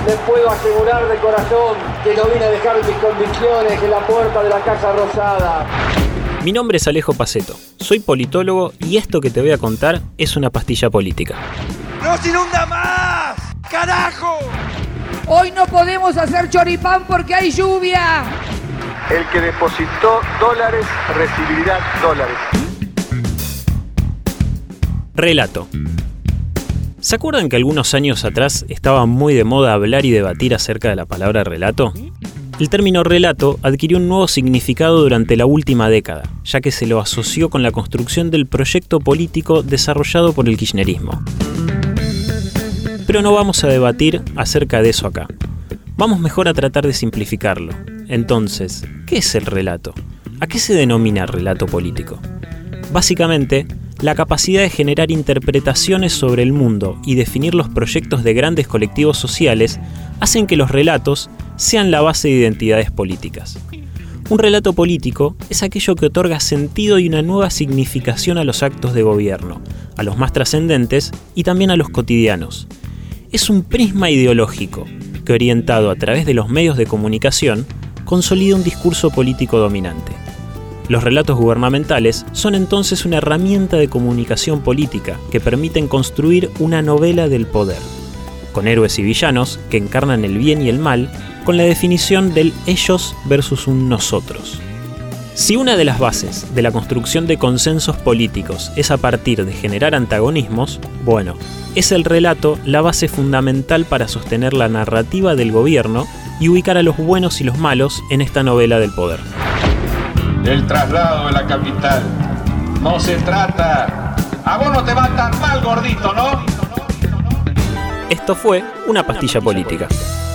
Les puedo asegurar de corazón que no vine a dejar mis convicciones en la puerta de la Casa Rosada. Mi nombre es Alejo Paceto, soy politólogo y esto que te voy a contar es una pastilla política. ¡No se inunda más! ¡Carajo! Hoy no podemos hacer choripán porque hay lluvia. El que depositó dólares recibirá dólares. Relato. ¿Se acuerdan que algunos años atrás estaba muy de moda hablar y debatir acerca de la palabra relato? El término relato adquirió un nuevo significado durante la última década, ya que se lo asoció con la construcción del proyecto político desarrollado por el kirchnerismo. Pero no vamos a debatir acerca de eso acá. Vamos mejor a tratar de simplificarlo. Entonces, ¿qué es el relato? ¿A qué se denomina relato político? Básicamente, la capacidad de generar interpretaciones sobre el mundo y definir los proyectos de grandes colectivos sociales hacen que los relatos sean la base de identidades políticas. Un relato político es aquello que otorga sentido y una nueva significación a los actos de gobierno, a los más trascendentes y también a los cotidianos. Es un prisma ideológico que, orientado a través de los medios de comunicación, consolida un discurso político dominante. Los relatos gubernamentales son entonces una herramienta de comunicación política que permiten construir una novela del poder, con héroes y villanos que encarnan el bien y el mal, con la definición del ellos versus un nosotros. Si una de las bases de la construcción de consensos políticos es a partir de generar antagonismos, bueno, es el relato la base fundamental para sostener la narrativa del gobierno y ubicar a los buenos y los malos en esta novela del poder. El traslado de la capital. No se trata. A vos no te va tan mal, gordito, ¿no? Esto fue Una Pastilla Política.